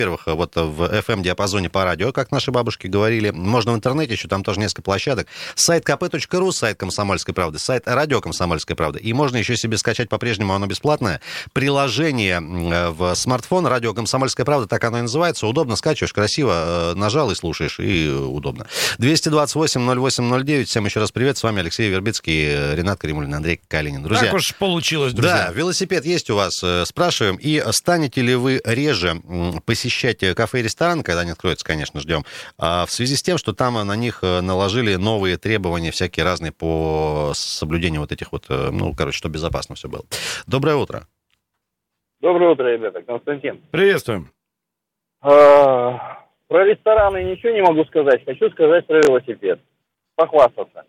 во-первых, вот в FM-диапазоне по радио, как наши бабушки говорили. Можно в интернете еще, там тоже несколько площадок. Сайт kp.ru, сайт «Комсомольской правды», сайт радио «Комсомольская правда». И можно еще себе скачать, по-прежнему оно бесплатное, приложение в смартфон «Радио Комсомольская правда», так оно и называется. Удобно, скачиваешь, красиво, нажал и слушаешь, и удобно. 228-08-09. Всем еще раз привет. С вами Алексей Вербицкий, Ренат Каримуллин, Андрей Калинин. Друзья, так уж получилось, друзья. Да, велосипед есть у вас, спрашиваем. И станете ли вы реже посещать кафе и рестораны, когда они откроются, конечно, ждем, в связи с тем, что там на них наложили новые требования всякие разные по соблюдению вот этих вот, чтобы безопасно все было. Доброе утро. Доброе утро, ребята. Константин. Приветствуем. Про рестораны ничего не могу сказать. Хочу сказать про велосипед. Похвастаться.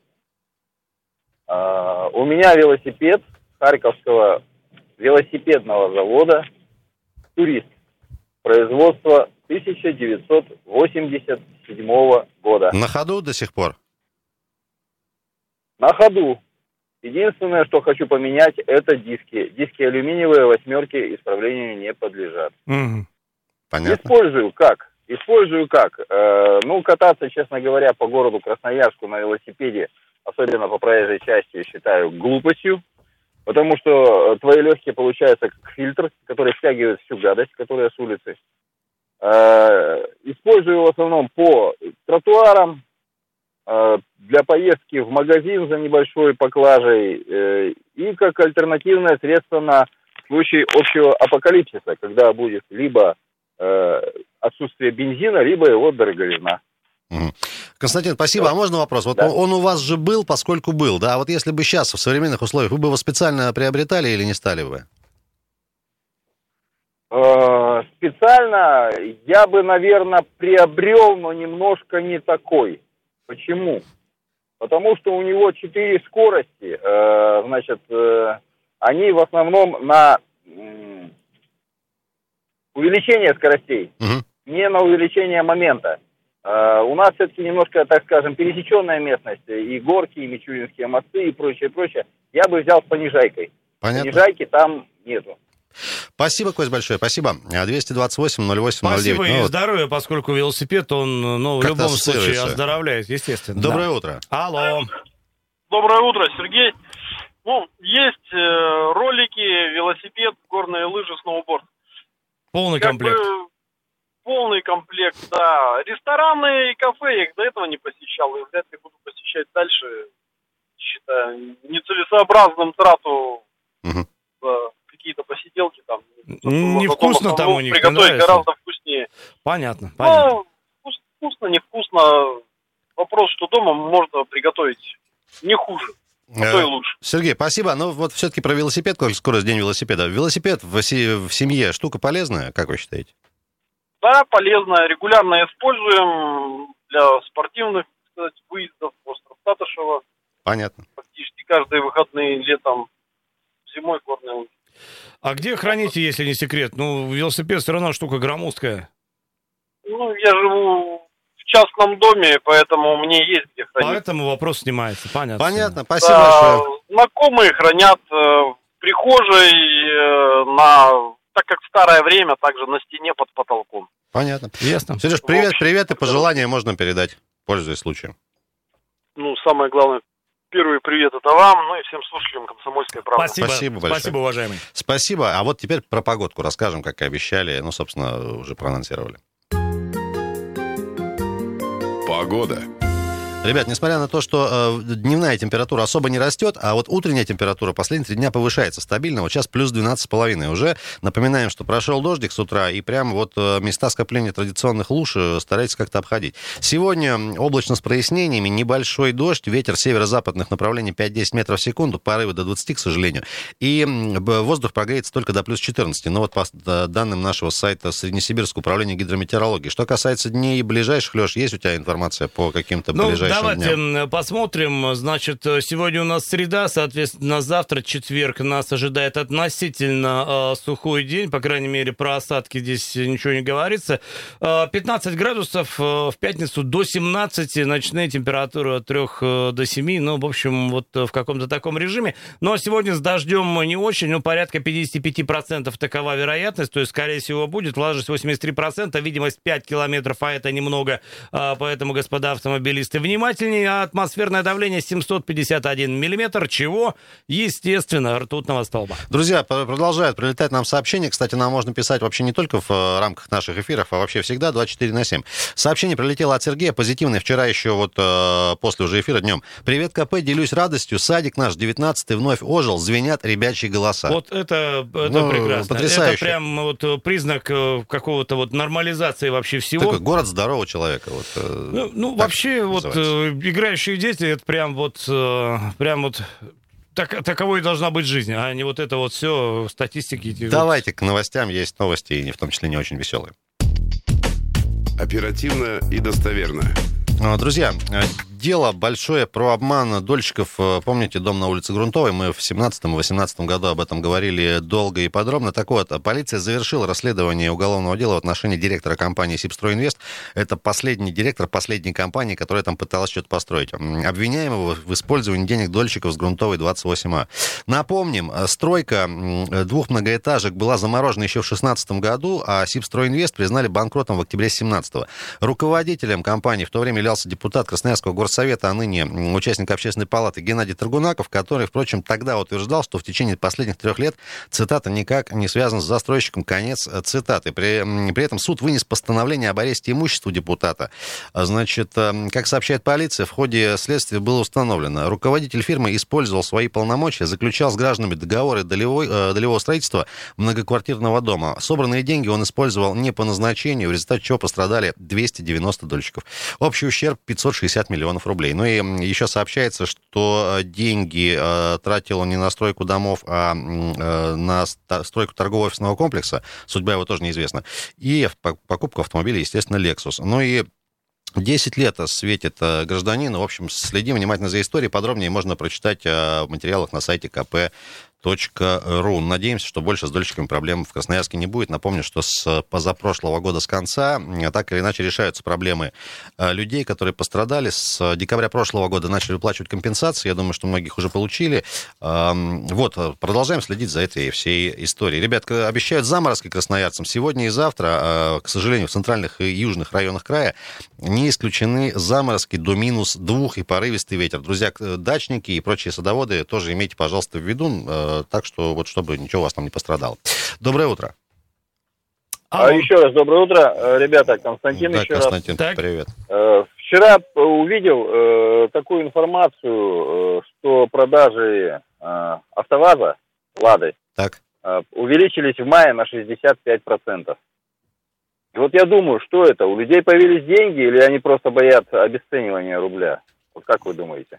У меня велосипед Харьковского велосипедного завода «Турист». Производство 1987 года. На ходу до сих пор? На ходу. Единственное, что хочу поменять, это диски. Диски алюминиевые, 8-ки, исправлению не подлежат. Угу. Понятно. Использую как? Кататься, честно говоря, по городу Красноярску на велосипеде, особенно по проезжей части, я считаю глупостью. Потому что твои легкие получаются как фильтр, который стягивает всю гадость, которая с улицы. Использую в основном по тротуарам, для поездки в магазин за небольшой поклажей и как альтернативное средство на случай общего апокалипсиса, когда будет либо отсутствие бензина, либо его дороговизна. Константин, спасибо. А можно вопрос? Вот да. Он у вас же был, поскольку был, да? Вот если бы сейчас в современных условиях вы бы его специально приобретали или не стали бы? Специально я бы, наверное, приобрел, но немножко не такой. Почему? Потому что у него 4 скорости, они в основном на увеличение скоростей, не на увеличение момента. У нас все-таки немножко, так скажем, пересеченная местность, и горки, и Мичуринские мосты, и прочее. Я бы взял с понижайкой. Понятно. Понижайки там нету. Спасибо, Кость, большое, спасибо. 228-08-09. Спасибо и здоровья, поскольку велосипед, он в любом случае оздоровляет, естественно. Доброе утро. Алло. Доброе утро, Сергей. Есть ролики, велосипед, горные лыжи, сноуборд. Полный комплект. Полный комплект, да. Рестораны и кафе я их до этого не посещал, и вряд ли буду посещать дальше. Считаю нецелесообразным трату за какие-то посиделки там. Невкусно там у них, приготовить гораздо вкуснее. Понятно. Вкусно, невкусно. Вопрос, что дома можно приготовить не хуже. А то и лучше. Сергей, спасибо. Но вот все-таки про велосипед, как скоро день велосипеда. Велосипед в семье штука полезная, как вы считаете? Да, полезно. Регулярно используем для спортивных, кстати, выездов по Статышева. Понятно. Практически каждые выходные, летом, зимой горные лыжи. А где храните, если не секрет? Велосипед все равно штука громоздкая. Я живу в частном доме, поэтому мне есть где хранить. Поэтому вопрос снимается. Понятно. Спасибо большое. Знакомые хранят в прихожей, так как в старое время, также на стене под потолком. Понятно. Ясно. Сереж, привет и пожелания можно передать, пользуясь случаем. Самое главное, первый привет это вам, и всем слушателям «Комсомольской правды». Спасибо большое. Спасибо, уважаемый. Спасибо. А вот теперь про погодку расскажем, как и обещали. Собственно, уже проанонсировали. Погода. Ребят, несмотря на то, что дневная температура особо не растет, а вот утренняя температура последние 3 дня повышается стабильно. Вот сейчас плюс 12,5 уже. Напоминаем, что прошел дождик с утра, и прям вот места скопления традиционных луж старайтесь как-то обходить. Сегодня облачно с прояснениями, небольшой дождь, ветер северо-западных направлений 5-10 метров в секунду, порывы до 20, к сожалению. И воздух прогреется только до плюс 14. Но вот по данным нашего сайта Среднесибирского управления гидрометеорологии. Что касается дней ближайших, Леш, есть у тебя информация по каким-то ближайшим? давайте посмотрим. Значит, сегодня у нас среда, соответственно, завтра, четверг, нас ожидает относительно сухой день. По крайней мере, про осадки здесь ничего не говорится. 15 градусов, в пятницу до 17, ночные температуры от 3 до 7. Ну, в общем, вот в каком-то таком режиме. Но сегодня с дождем не очень, ну, порядка 55% такова вероятность. То есть, скорее всего, будет. Влажность 83%, видимость 5 километров, а это немного. Поэтому, господа автомобилисты, внимательнее. Атмосферное давление 751 миллиметр. Чего? Естественно, ртутного столба. Друзья, продолжают прилетать нам сообщения. Кстати, нам можно писать вообще не только в рамках наших эфиров, а вообще всегда 24/7. Сообщение прилетело от Сергея, позитивное. Вчера еще вот после уже эфира днем. Привет, КП, делюсь радостью. Садик наш 19-й вновь ожил, звенят рябячие голоса. Вот это прекрасно. Потрясающе. Это прям вот признак какого-то вот нормализации вообще всего. Такой город здорового человека. Вот, вообще вот играющие дети, это прям вот таковой и должна быть жизнь, а не вот это вот все статистики. Давайте к новостям. Есть новости, и в том числе не очень веселые. Оперативно и достоверно. Друзья, дело большое про обман дольщиков. Помните, дом на улице Грунтовой? Мы в 2017-2018 году об этом говорили долго и подробно. Так вот, полиция завершила расследование уголовного дела в отношении директора компании «Сибстройинвест». Это последний директор последней компании, которая там пыталась что-то построить. Обвиняемого в использовании денег дольщиков с Грунтовой 28А. Напомним, стройка 2 многоэтажек была заморожена еще в 2016 году, а «Сибстройинвест» признали банкротом в октябре 2017. Руководителем компании в то время являлся депутат Красноярского горсовета, а ныне участник Общественной палаты Геннадий Торгунаков, который, впрочем, тогда утверждал, что в течение последних 3 лет, цитата, никак не связан с застройщиком, конец цитаты. При этом суд вынес постановление об аресте имущества депутата. Значит, как сообщает полиция, в ходе следствия было установлено, руководитель фирмы использовал свои полномочия, заключал с гражданами договоры долевого строительства многоквартирного дома. Собранные деньги он использовал не по назначению, в результате чего пострадали 290 дольщиков. Общий ущерб 560 миллионов рублей. Ну и еще сообщается, что деньги тратил он не на стройку домов, а на стройку торгово-офисного комплекса. Судьба его тоже неизвестна. И покупку автомобиля, естественно, Lexus. Ну и 10 лет светит гражданину. В общем, следим внимательно за историей. Подробнее можно прочитать в материалах на сайте kp.ru. Надеемся, что больше с дольщиками проблем в Красноярске не будет. Напомню, что с позапрошлого года, с конца, так или иначе решаются проблемы людей, которые пострадали. С декабря прошлого года начали выплачивать компенсации. Я думаю, что многих уже получили. Вот, продолжаем следить за этой всей историей. Ребят, обещают заморозки красноярцам сегодня и завтра. К сожалению, в центральных и южных районах края не исключены заморозки до -2 и порывистый ветер. Друзья, дачники и прочие садоводы, тоже имейте, пожалуйста, в виду. Так что вот, чтобы ничего у вас там не пострадало. Доброе утро. Еще раз доброе утро, ребята. Константин, еще Константин, раз. Привет. Вчера увидел такую информацию, что продажи АвтоВАЗа, Лады, увеличились в мае на 65%. И вот я думаю, что это? У людей появились деньги или они просто боятся обесценивания рубля? Вот как вы думаете?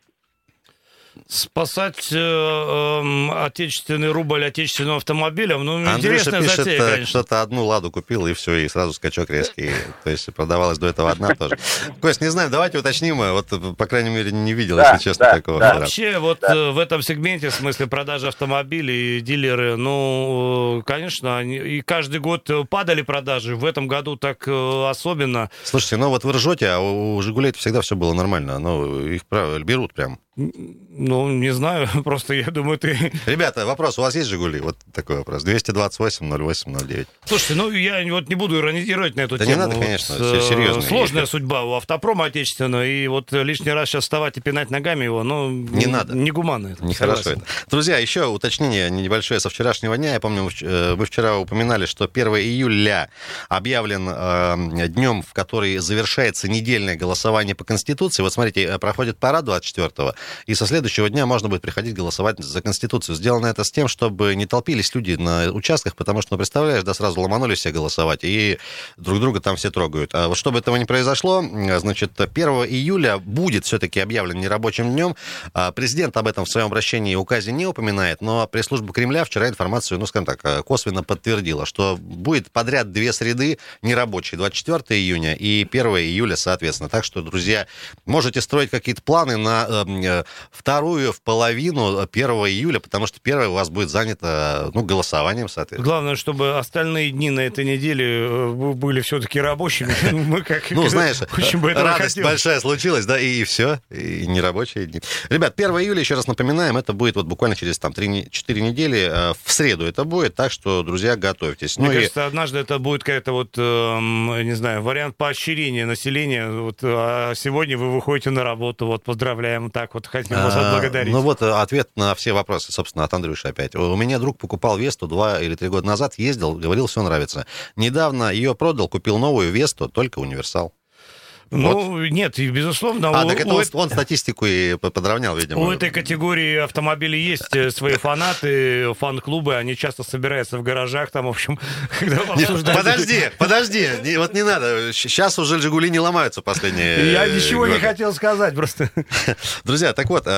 Спасать отечественный рубль отечественным автомобилем, Андрюша интересная пишет, затея, конечно. Что-то одну «Ладу» купил, и все, и сразу скачок резкий. То есть продавалась до этого одна тоже. Кость, не знаю, давайте уточним. Вот, по крайней мере, не видел, если честно, такого. Вообще, в этом сегменте, в смысле продажи автомобилей, дилеры, конечно, и каждый год падали продажи. В этом году так особенно. Слушайте, вот вы ржете, а у «Жигулей» всегда все было нормально. Их берут прям. Не знаю, просто я думаю, ты... Ребята, вопрос, у вас есть «Жигули»? Вот такой вопрос. 228-08-09. Слушайте, я вот не буду иронизировать на эту тему. Да не надо, конечно, серьезно. Сложная судьба у автопрома отечественного, и вот лишний раз сейчас вставать и пинать ногами его, не надо. Негуманно это. Нехорошо это. Друзья, еще уточнение небольшое со вчерашнего дня. Я помню, вы вчера упоминали, что 1 июля объявлен днем, в который завершается недельное голосование по Конституции. Вот смотрите, проходит парад 24-го. и со следующего дня можно будет приходить голосовать за Конституцию. Сделано это с тем, чтобы не толпились люди на участках, потому что, представляешь, да, сразу ломанулись все голосовать, и друг друга там все трогают. А вот чтобы этого не произошло, значит, 1 июля будет все-таки объявлен нерабочим днем. Президент об этом в своем обращении и указе не упоминает, но пресс-служба Кремля вчера информацию, ну, скажем так, косвенно подтвердила, что будет подряд 2 среды нерабочие, 24 июня и 1 июля, соответственно. Так что, друзья, можете строить какие-то планы на вторую половину 1 июля, потому что 1 у вас будет занято, ну, голосованием, соответственно. Главное, чтобы остальные дни на этой неделе были все-таки рабочими. Мы как... Ну, знаешь, очень бы этого радость хотелось. большая случилась, да, и все, и нерабочие дни. Ребят, 1 июля, еще раз напоминаем, это будет вот буквально через там 4 недели, в среду это будет, так что, друзья, готовьтесь. Мне кажется, однажды это будет какая-то вот, не знаю, вариант поощрения населения. Вот, а сегодня вы выходите на работу, вот, поздравляем, так вот, хотим вас отблагодарить. Ну вот ответ на все вопросы, собственно, от Андрюши опять. У меня друг покупал Весту 2 или 3 года назад, ездил, говорил, все нравится. Недавно ее продал, купил новую Весту, только универсал. Ну, вот. Нет, и безусловно... Так это он статистику и подровнял, видимо. У этой категории автомобилей есть свои фанаты, фан-клубы, они часто собираются в гаражах, там, в общем, когда обсуждают... Подожди, вот не надо. Сейчас уже «Жигули» не ломаются последние Я ничего годы. не хотел сказать, просто... Друзья, так вот,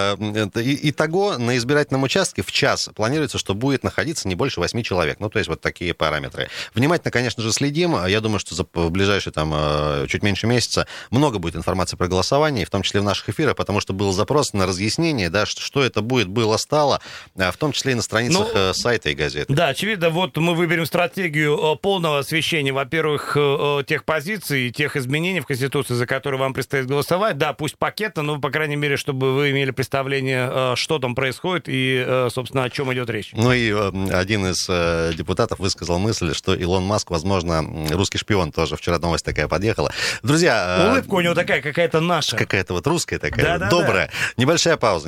итого на избирательном участке в час планируется, что будет находиться не больше 8 человек. Ну, то есть вот такие параметры. Внимательно, конечно же, следим. Я думаю, что в ближайшие там чуть меньше месяца много будет информации про голосование, в том числе в наших эфирах, потому что был запрос на разъяснение, да, что это будет, было, стало, в том числе и на страницах сайта и газеты. Да, очевидно, вот мы выберем стратегию полного освещения, во-первых, тех позиций, тех изменений в Конституции, за которые вам предстоит голосовать. Да, пусть пакетно, но, по крайней мере, чтобы вы имели представление, что там происходит и, собственно, о чем идет речь. Ну и один из депутатов высказал мысль, что Илон Маск, возможно, русский шпион тоже. Вчера новость такая подъехала. Друзья... Улыбка у него такая, какая-то наша. Какая-то вот русская такая, добрая. Небольшая пауза.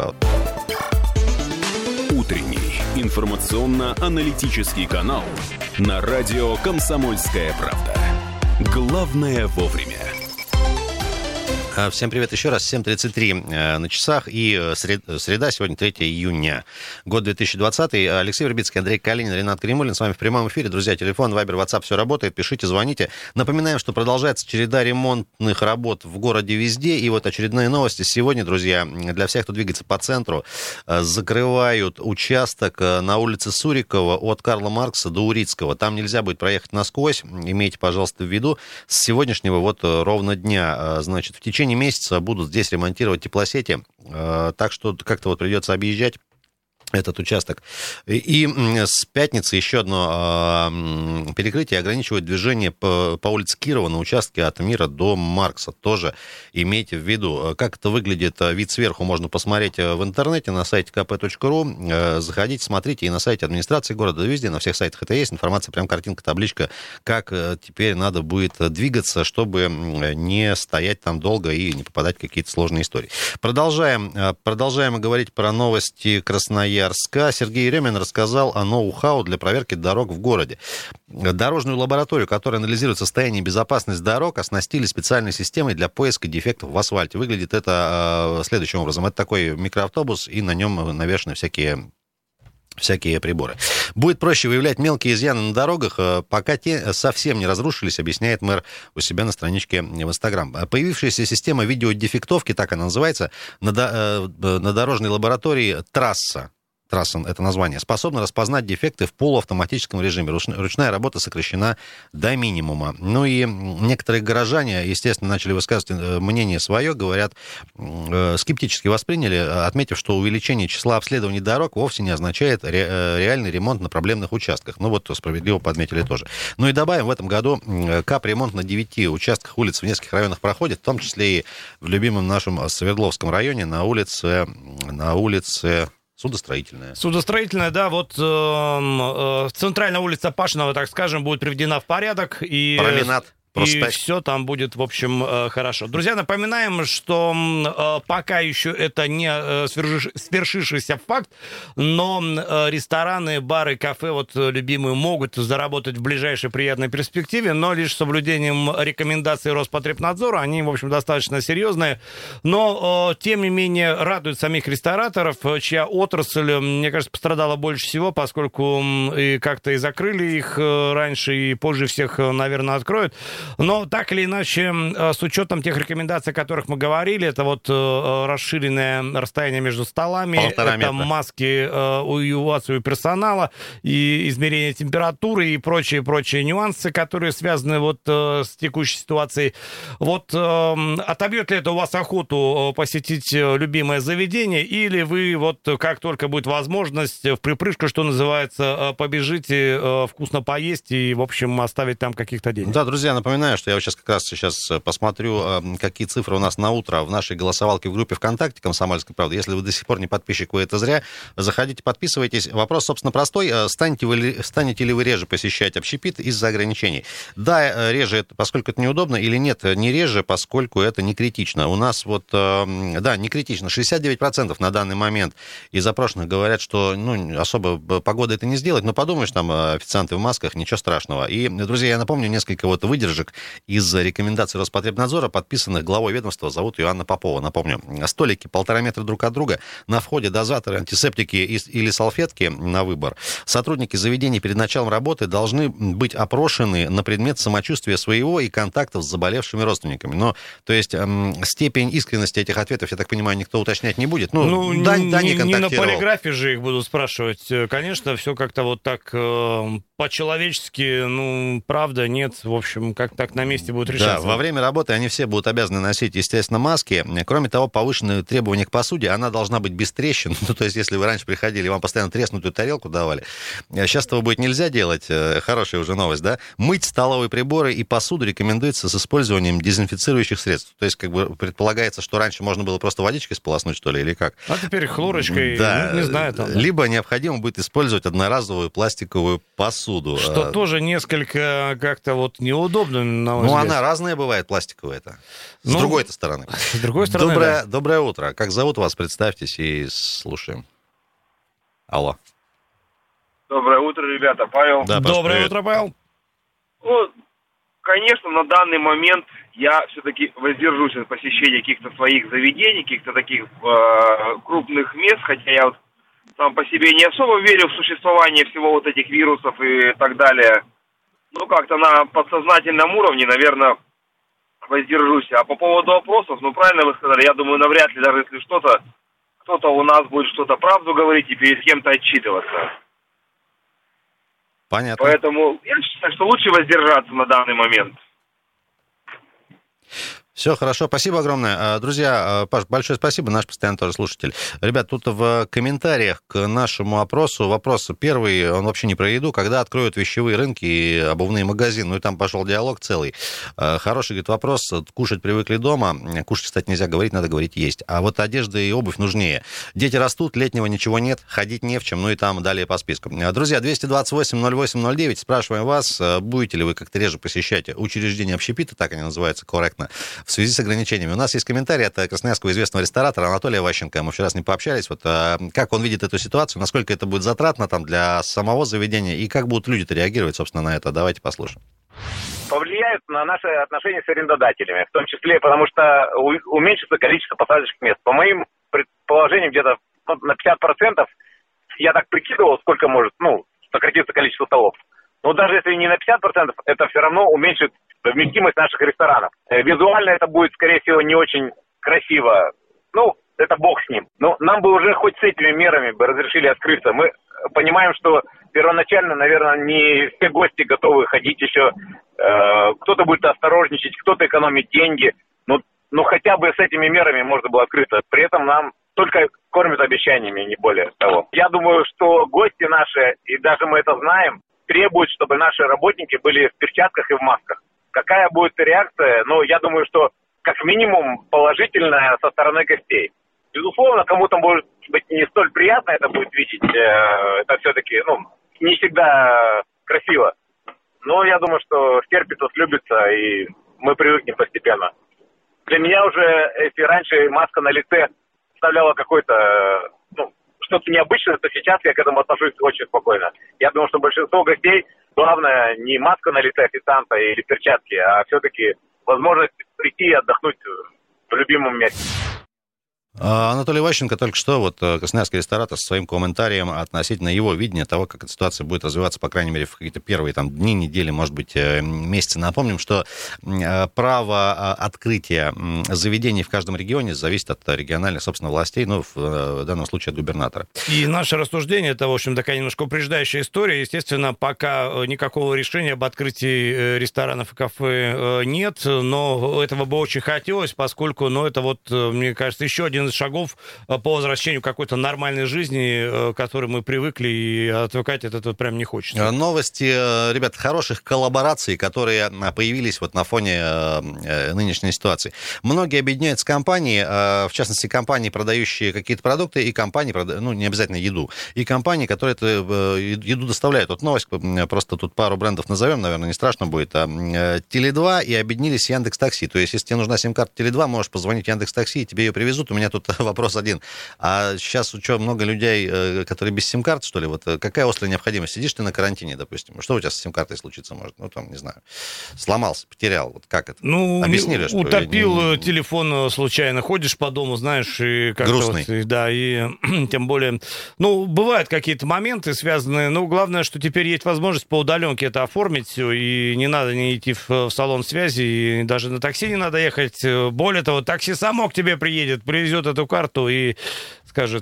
Утренний информационно-аналитический канал на радио «Комсомольская правда». Главное вовремя. Всем привет еще раз. 7:33 на часах. И среда, сегодня 3 июня. Год 2020. Алексей Вербицкий, Андрей Калинин, Ренат Кремулин. С вами в прямом эфире. Друзья, телефон, Вайбер, WhatsApp, все работает. Пишите, звоните. Напоминаем, что продолжается череда ремонтных работ в городе везде. И вот очередные новости. Сегодня, друзья, для всех, кто двигается по центру, закрывают участок на улице Сурикова от Карла Маркса до Урицкого. Там нельзя будет проехать насквозь. Имейте, пожалуйста, в виду. С сегодняшнего вот ровно дня, значит, в течение месяца будут здесь ремонтировать теплосети, так что как-то вот придется объезжать этот участок. И с пятницы еще одно перекрытие ограничивает движение по улице Кирова на участке от Мира до Маркса. Тоже имейте в виду. Как это выглядит, вид сверху можно посмотреть в интернете на сайте kp.ru. Заходите, смотрите, и на сайте администрации города, везде, на всех сайтах это есть. Информация, прям картинка, табличка, как теперь надо будет двигаться, чтобы не стоять там долго и не попадать в какие-то сложные истории. Продолжаем говорить про новости Красноярска. Сергей Еремин рассказал о ноу-хау для проверки дорог в городе. Дорожную лабораторию, которая анализирует состояние и безопасность дорог, оснастили специальной системой для поиска дефектов в асфальте. Выглядит это следующим образом. Это такой микроавтобус, и на нем навешаны всякие приборы. Будет проще выявлять мелкие изъяны на дорогах, пока те совсем не разрушились, объясняет мэр у себя на страничке в Инстаграм. Появившаяся система видеодефектовки, так она называется, на дорожной лаборатории «Трасса», это название, способна распознать дефекты в полуавтоматическом режиме. Ручная работа сокращена до минимума. Ну и некоторые горожане, естественно, начали высказывать мнение свое, говорят, скептически восприняли, отметив, что увеличение числа обследований дорог вовсе не означает реальный ремонт на проблемных участках. Ну вот, справедливо подметили тоже. Ну и добавим, в этом году капремонт на 9 участках улиц в нескольких районах проходит, в том числе и в любимом нашем Свердловском районе на улице Судостроительная. Судостроительная, да, вот центральная улица Пашинова, так скажем, будет приведена в порядок. И И все там будет, в общем, хорошо. Друзья, напоминаем, что пока еще это не свершившийся факт, но рестораны, бары, кафе, вот любимые, могут заработать в ближайшей приятной перспективе, но лишь с соблюдением рекомендаций Роспотребнадзора. Они, в общем, достаточно серьезные. Но, тем не менее, радует самих рестораторов, чья отрасль, мне кажется, пострадала больше всего, поскольку и как-то и закрыли их раньше, и позже всех, наверное, откроют. Но так или иначе, с учетом тех рекомендаций, о которых мы говорили, это вот расширенное расстояние между столами, это маски у эвакуации персонала, и измерение температуры, и прочие нюансы, которые связаны вот с текущей ситуацией. Вот отобьет ли это у вас охоту посетить любимое заведение, или вы вот как только будет возможность в припрыжку, что называется, побежите вкусно поесть и, в общем, оставить там каких-то денег? Да, друзья, напоминаю, что я сейчас посмотрю, какие цифры у нас на утро в нашей голосовалке в группе ВКонтакте «Комсомольская правда». Если вы до сих пор не подписчик, вы это зря. Заходите, подписывайтесь. Вопрос, собственно, простой. Станете ли вы реже посещать общепит из-за ограничений? Да, реже, поскольку это неудобно, или нет, не реже, поскольку это не критично. У нас вот, да, не критично. 69% на данный момент из опрошенных говорят, что особо погода это не сделает, но подумаешь, там официанты в масках, ничего страшного. И, друзья, я напомню несколько вот выдержек из рекомендаций Роспотребнадзора, подписанных главой ведомства, зовут ее Анна Попова, напомню. Столики 1,5 метра друг от друга, на входе дозаторы, антисептики или салфетки на выбор. Сотрудники заведений перед началом работы должны быть опрошены на предмет самочувствия своего и контактов с заболевшими родственниками. Но, то есть, степень искренности этих ответов, я так понимаю, никто уточнять не будет. Не на полиграфе же их будут спрашивать. Конечно, все как-то вот так по-человечески, правда, нет, в общем, как так на месте будет решаться. Да, во время работы они все будут обязаны носить, естественно, маски. Кроме того, повышенные требования к посуде, она должна быть без трещин. То есть, если вы раньше приходили, вам постоянно треснутую тарелку давали. Сейчас этого будет нельзя делать. Хорошая уже новость, да? Мыть столовые приборы и посуду рекомендуется с использованием дезинфицирующих средств. То есть, как бы предполагается, что раньше можно было просто водичкой сполоснуть, что ли, или как? А теперь хлорочкой, да. Не знаю. Там. Либо необходимо будет использовать одноразовую пластиковую посуду. Что тоже несколько как-то вот неудобно, на мой взгляд. Она разная бывает, пластиковая-то. С другой-то стороны. С другой стороны, Доброе утро. Как зовут вас? Представьтесь и слушаем. Алло. Доброе утро, ребята. Павел. Да, доброе утро, Павел. Конечно, на данный момент я все-таки воздержусь от посещения каких-то своих заведений, каких-то таких крупных мест, хотя я сам по себе не особо верю в существование всего вот этих вирусов и так далее. Как-то на подсознательном уровне, наверное, воздержусь. А по поводу опросов, правильно вы сказали, я думаю, навряд ли, даже если кто-то у нас будет что-то правду говорить и перед кем-то отчитываться. Понятно. Поэтому я считаю, что лучше воздержаться на данный момент. Все, хорошо, спасибо огромное. Друзья, Паш, большое спасибо, наш постоянный тоже слушатель. Ребят, тут в комментариях к нашему опросу вопрос первый, он вообще не про еду, когда откроют вещевые рынки и обувные магазины, и там пошел диалог целый. Хороший, говорит, вопрос, кушать привыкли дома, кушать, кстати, нельзя говорить, надо говорить есть, а вот одежда и обувь нужнее. Дети растут, летнего ничего нет, ходить не в чем, и там далее по списку. Друзья, 228-08-09, спрашиваем вас, будете ли вы как-то реже посещать учреждения общепита, так они называются корректно, в связи с ограничениями. У нас есть комментарий от красноярского известного ресторатора Анатолия Ващенко. Мы вчера с ним пообщались. Вот как он видит эту ситуацию, насколько это будет затратно там для самого заведения и как будут люди-то реагировать, собственно, на это. Давайте послушаем. Повлияют на наши отношения с арендодателями, в том числе, потому что уменьшится количество посадочных мест. По моим предположениям, где-то на 50%, я так прикидывал, сколько может, сократиться количество столов. Но даже если не на 50%, это все равно уменьшит вместимость наших ресторанов. Визуально это будет, скорее всего, не очень красиво. Это бог с ним. Но нам бы уже хоть с этими мерами бы разрешили открыться. Мы понимаем, что первоначально, наверное, не все гости готовы ходить еще. Кто-то будет осторожничать, кто-то экономить деньги. Но хотя бы с этими мерами можно было открыться. При этом нам только кормят обещаниями, не более того. Я думаю, что гости наши, и даже мы это знаем, требуют, чтобы наши работники были в перчатках и в масках. Какая будет реакция? Я думаю, что как минимум положительная со стороны гостей. Безусловно, кому-то может быть не столь приятно это будет видеть. Это все-таки, не всегда красиво. Но я думаю, что терпит, тот любится, и мы привыкнем постепенно. Для меня уже, если раньше маска на лице вставляла какой-то, что-то необычное, то сейчас я к этому отношусь очень спокойно. Я думаю, что большинство гостей, главное не маска на лице официанта или перчатки, а все-таки возможность прийти и отдохнуть в любимом месте. Анатолий Ващенко только что, красноярский ресторатор, со своим комментарием относительно его видения того, как эта ситуация будет развиваться, по крайней мере, в какие-то первые дни, недели, может быть, месяцы. Напомним, что право открытия заведений в каждом регионе зависит от региональных, собственно, властей, в данном случае от губернатора. И наше рассуждение, это, в общем, такая немножко упреждающая история. Естественно, пока никакого решения об открытии ресторанов и кафе нет, но этого бы очень хотелось, поскольку, это мне кажется, еще один из шагов по возвращению к какой-то нормальной жизни, к которой мы привыкли, и отвыкать от этого прям не хочется. Новости, ребят, хороших коллабораций, которые появились на фоне нынешней ситуации. Многие объединяются компании, в частности, компании, продающие какие-то продукты, и компании, не обязательно еду, и компании, которые эту еду доставляют. Новость, просто тут пару брендов назовем, наверное, не страшно будет. Теле2 и объединились с Яндекс.Такси. То есть, если тебе нужна сим-карта Теле2, можешь позвонить Яндекс.Такси, и тебе ее привезут. У меня тут вопрос один. А сейчас много людей, которые без сим-карт, что ли? Какая острая необходимость? Сидишь ты на карантине, допустим. Что у тебя с сим-картой случиться может? Не знаю. Сломался, потерял. Как это? Объяснили, что... Утопил телефон случайно. Ходишь по дому, знаешь, и как-то... Грустный. Да, и тем более... бывают какие-то моменты связанные. Главное, что теперь есть возможность по удаленке это оформить все, и не надо не идти в салон связи, и даже на такси не надо ехать. Более того, такси само к тебе приедет, привезет эту карту и скажет,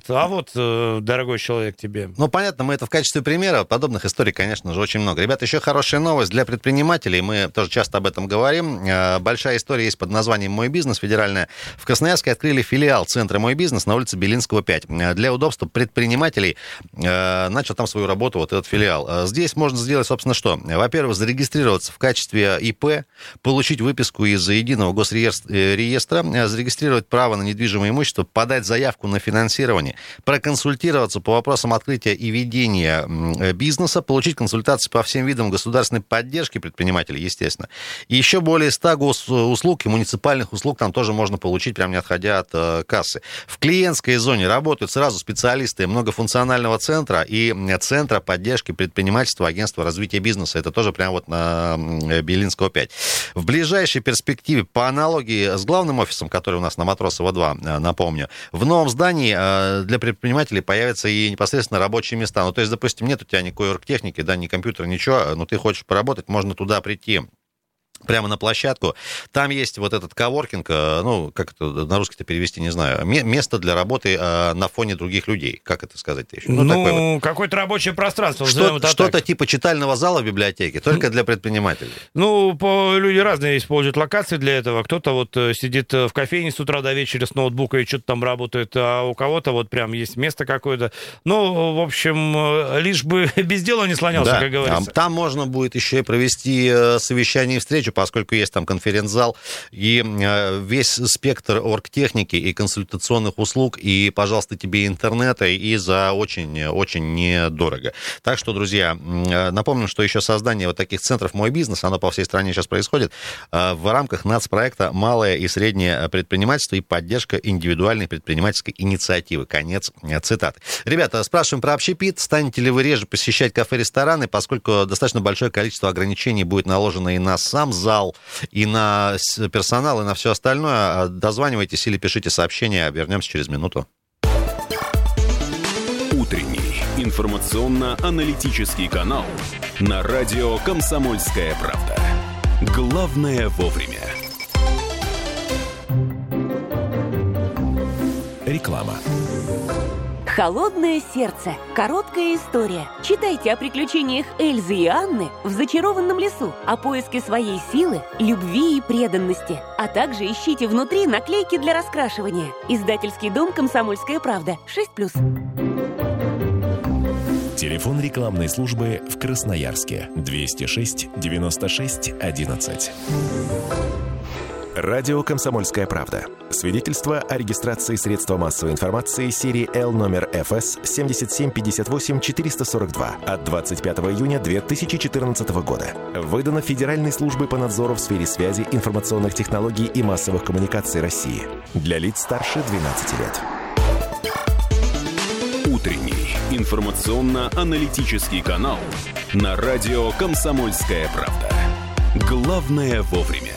дорогой человек, тебе. Понятно, мы это в качестве примера. Подобных историй, конечно же, очень много. Ребята, еще хорошая новость для предпринимателей. Мы тоже часто об этом говорим. Большая история есть под названием «Мой бизнес» федеральная. В Красноярске открыли филиал центра «Мой бизнес» на улице Белинского, 5. Для удобства предпринимателей начал там свою работу этот филиал. Здесь можно сделать, собственно, что? Во-первых, зарегистрироваться в качестве ИП, получить выписку из единого госреестра, зарегистрировать право на недвижимое имущество, подать заявку на финансирование, проконсультироваться по вопросам открытия и ведения бизнеса, получить консультации по всем видам государственной поддержки предпринимателей, естественно. И еще более 100 госуслуг и муниципальных услуг там тоже можно получить, прям не отходя от кассы. В клиентской зоне работают сразу специалисты многофункционального центра и центра поддержки предпринимательства, агентства развития бизнеса. Это тоже прям на Белинского, 5. В ближайшей перспективе, по аналогии с главным офисом, который у нас на Матросова 2, напомню, в новом здании для предпринимателей появятся и непосредственно рабочие места. То есть, допустим, нет у тебя никакой оргтехники, ни компьютера, ничего, но ты хочешь поработать, можно туда прийти. Прямо на площадку. Там есть этот коворкинг, как это на русский-то перевести, не знаю, место для работы на фоне других людей. Как это сказать-то еще? Какое-то рабочее пространство. Что-то типа читального зала в библиотеке, только для предпринимателей. Люди разные используют локации для этого. Кто-то сидит в кофейне с утра до вечера с ноутбука и что-то там работает, а у кого-то прям есть место какое-то. В общем, лишь бы без дела не слонялся, как говорится. Там можно будет еще и провести совещание и встречу, поскольку есть там конференц-зал, и весь спектр оргтехники и консультационных услуг, и, пожалуйста, тебе интернета, и за очень-очень недорого. Так что, друзья, напомним, что еще создание таких центров «Мой бизнес», оно по всей стране сейчас происходит в рамках нацпроекта «Малое и среднее предпринимательство и поддержка индивидуальной предпринимательской инициативы». Конец цитаты. Ребята, спрашиваем про общепит. Станете ли вы реже посещать кафе-рестораны, поскольку достаточно большое количество ограничений будет наложено и на сам зал, и на персонал, и на все остальное. Дозванивайтесь или пишите сообщения. Вернемся через минуту. Утренний информационно-аналитический канал на радио «Комсомольская правда». Главное вовремя. Реклама. «Холодное сердце». Короткая история. Читайте о приключениях Эльзы и Анны в зачарованном лесу, о поиске своей силы, любви и преданности. А также ищите внутри наклейки для раскрашивания. Издательский дом «Комсомольская правда». 6+. Телефон рекламной службы в Красноярске. 206 96 11. Радио «Комсомольская правда». Свидетельство о регистрации средства массовой информации серии L номер ФС 7758-442 от 25 июня 2014 года. Выдано Федеральной службой по надзору в сфере связи, информационных технологий и массовых коммуникаций России. Для лиц старше 12 лет. Утренний информационно-аналитический канал на радио «Комсомольская правда». Главное вовремя.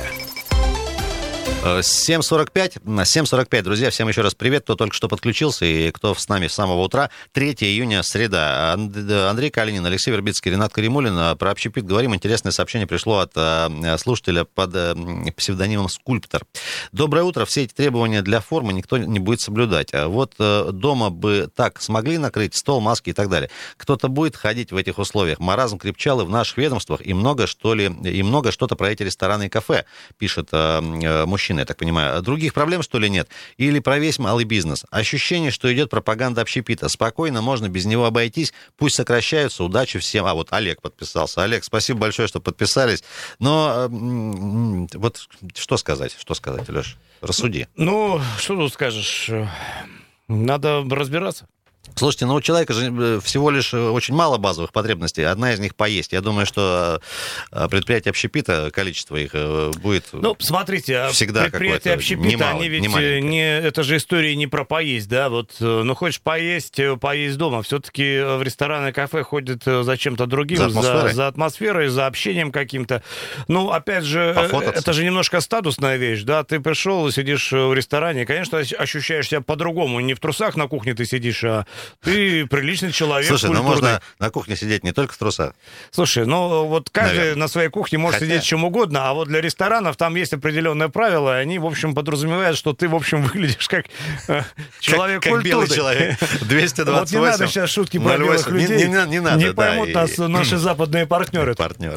7:45, друзья, всем еще раз привет, кто только что подключился и кто с нами с самого утра. 3 июня, среда. Андрей Калинин, Алексей Вербицкий, Ренат Каримулин. Про общепит говорим. Интересное сообщение пришло от слушателя под псевдонимом «Скульптор». Доброе утро. Все эти требования для формы никто не будет соблюдать. Вот дома бы так смогли накрыть стол, маски и так далее. Кто-то будет ходить в этих условиях. Маразм крепчал и в наших ведомствах, и много что-то про эти рестораны и кафе, пишет мужчина. Я так понимаю. Других проблем, что ли, нет? Или про весь малый бизнес? Ощущение, что идет пропаганда общепита. Спокойно, можно без него обойтись. Пусть сокращаются. Удачи всем. А вот Олег подписался. Олег, спасибо большое, что подписались. Но вот что сказать, Леш? Рассуди. Ну, что тут скажешь? Надо разбираться. Слушайте, у человека же всего лишь очень мало базовых потребностей. Одна из них поесть. Я думаю, что предприятия общепита, количество их будет смотрите, всегда предприятия общепита, немало, они ведь это же история не про поесть, да, хочешь поесть дома. Все-таки в рестораны и кафе ходят за чем-то другим, за атмосферой, за общением каким-то. Опять же, это же немножко статусная вещь, да, ты пришел и сидишь в ресторане, конечно, ощущаешь себя по-другому. Не в трусах на кухне ты сидишь, а ты приличный человек. Слушай, культурный. Можно на кухне сидеть не только в трусах. Слушай, каждый на своей кухне может сидеть чем угодно, а вот для ресторанов там есть определенные правила, и они, в общем, подразумевают, что ты, в общем, выглядишь как человек культурный. Как белый человек. 228. Вот не надо сейчас шутки про белых людей. Не надо, не поймут нас наши западные партнеры.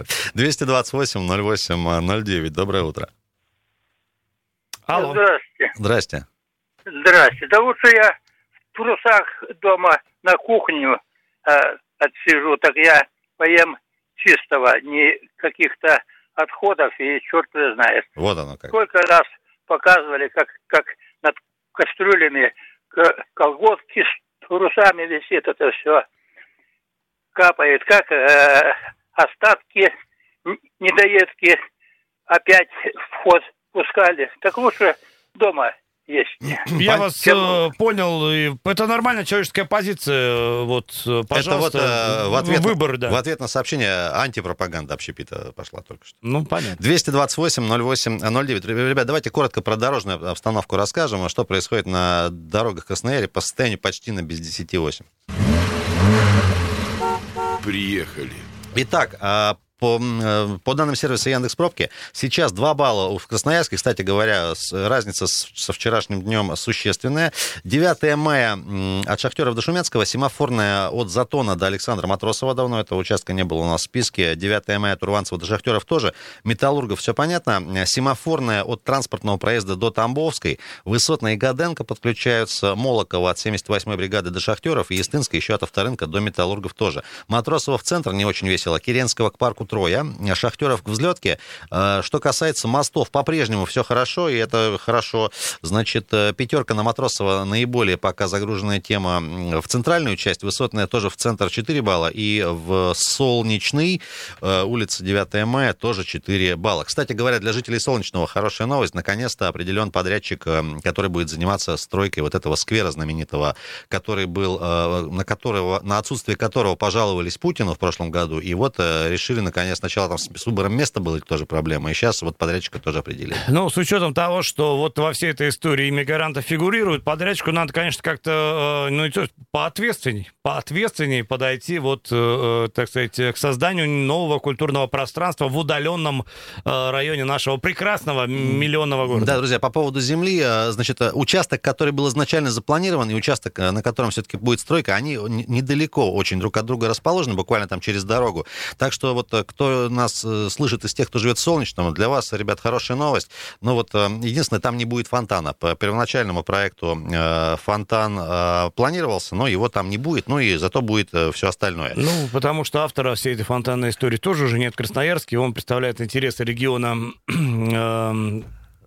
228-08-09. Доброе утро. Алло. Здрасте. Здрасте. Да лучше я в трусах дома на кухню отсижу, так я поем чистого, не каких-то отходов, и черт его знает. Вот оно как. Сколько раз показывали, как над кастрюлями колготки с трусами висит, это все капает, как остатки недоедки опять в ход пускали. Так лучше дома есть. Я вас понял. Это нормальная человеческая позиция. Пожалуйста, это выбор, да. В ответ на сообщение антипропаганда общепита пошла только что. Понятно. 228-08-09. Ребят, давайте коротко про дорожную обстановку расскажем, что происходит на дорогах Красноярья по состоянию почти на без 10:08. Приехали. Итак, по данным сервиса Яндекс.Пробки, сейчас 2 балла в Красноярске. Кстати говоря, разница со вчерашним днем существенная. 9 мая от Шахтеров до Шумяцкого, семафорная от Затона до Александра Матросова. Давно этого участка не было у нас в списке. 9 мая от Урванцева до Шахтеров тоже. Металлургов, все понятно. Семафорная от транспортного проезда до Тамбовской. Высотная и Гаденко подключаются. Молоково от 78-й бригады до Шахтеров. И Естинская еще от Авторынка до Металлургов тоже. Матросова в центр, не очень весело. Киренского к парку Троя, Шахтеров к Взлетке. Что касается мостов, по-прежнему все хорошо, и это хорошо. Значит, пятерка на Матросова наиболее пока загруженная тема в центральную часть, Высотная тоже в центр 4 балла, и в Солнечный, улица 9 мая, тоже 4 балла. Кстати говоря, для жителей Солнечного хорошая новость. Наконец-то определен подрядчик, который будет заниматься стройкой вот этого сквера знаменитого, который был, на отсутствие которого пожаловались Путину в прошлом году, и вот решили наконец. Сначала там с выбором места была тоже проблема, и сейчас подрядчика тоже определили. С учетом того, что во всей этой истории иммигранты фигурируют, подрядчику надо, конечно, как-то поответственней подойти, так сказать, к созданию нового культурного пространства в удаленном районе нашего прекрасного миллионного города. Да, друзья, по поводу земли, значит, участок, который был изначально запланирован, и участок, на котором все-таки будет стройка, они недалеко очень друг от друга расположены, буквально там через дорогу. Так что кто нас слышит из тех, кто живет в Солнечном, для вас, ребят, хорошая новость. Но единственное, там не будет фонтана. По первоначальному проекту фонтан планировался, но его там не будет, и зато будет все остальное. Потому что автора всей этой фонтанной истории тоже уже нет в Красноярске, он представляет интересы региона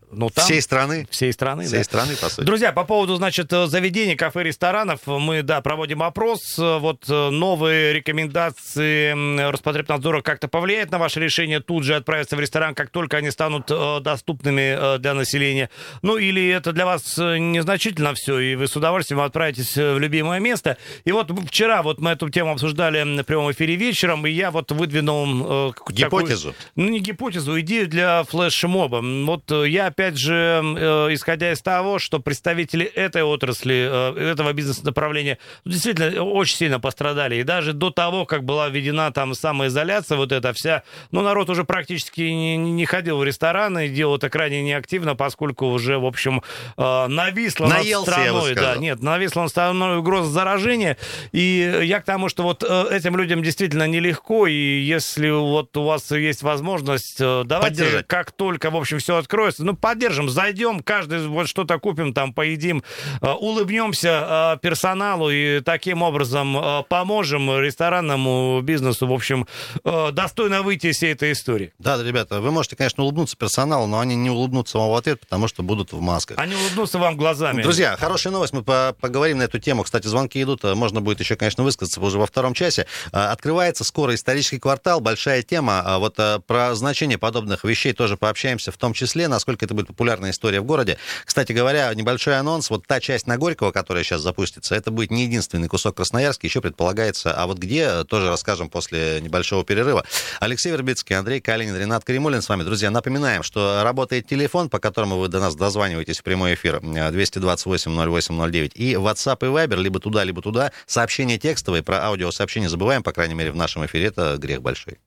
Ну, там, всей страны? Всей страны, всей страны, по сути. Друзья, по поводу, значит, заведений, кафе, ресторанов, мы, да, проводим опрос. Вот новые рекомендации Роспотребнадзора как-то повлияют на ваше решение тут же отправиться в ресторан, как только они станут доступными для населения? Ну, или это для вас незначительно все, и вы с удовольствием отправитесь в любимое место? И вот вчера вот мы эту тему обсуждали на прямом эфире вечером, и я вот выдвинул... гипотезу? Ну, не гипотезу, идею для флешмоба. Вот я, опять же, исходя из того, что представители этой отрасли, этого бизнес-направления действительно очень сильно пострадали. И даже до того, как была введена там самоизоляция, вот эта вся, ну, народ уже практически не ходил в рестораны, делал это крайне неактивно, поскольку уже, в общем, нависла над страной. Да, нет, нависла над страной угроза заражения. И я к тому, что вот этим людям действительно нелегко, и если вот у вас есть возможность, давайте, как только, в общем, все откроется, ну, поддержим, зайдем, каждый вот что-то купим, там, поедим, улыбнемся персоналу и таким образом поможем ресторанному бизнесу, в общем, достойно выйти из всей этой истории. Да, ребята, вы можете, конечно, улыбнуться персоналу, но они не улыбнутся вам в ответ, потому что будут в масках. Они улыбнутся вам глазами. Друзья, хорошая новость, мы поговорим на эту тему. Кстати, звонки идут, можно будет еще, конечно, высказаться уже во втором часе. Открывается скоро исторический квартал, большая тема. Вот про значение подобных вещей тоже пообщаемся, в том числе, насколько это будет популярная история в городе. Кстати говоря, небольшой анонс, вот та часть на Горького, которая сейчас запустится, это будет не единственный кусок Красноярска, еще предполагается, а вот где, тоже расскажем после небольшого перерыва. Алексей Вербицкий, Андрей Калинин, Ренат Каримуллин с вами. Друзья, напоминаем, что работает телефон, по которому вы до нас дозваниваетесь в прямой эфир, 228-08-09, и WhatsApp и Viber, либо туда, сообщения текстовые, про аудиосообщения забываем, по крайней мере, в нашем эфире, это грех большой.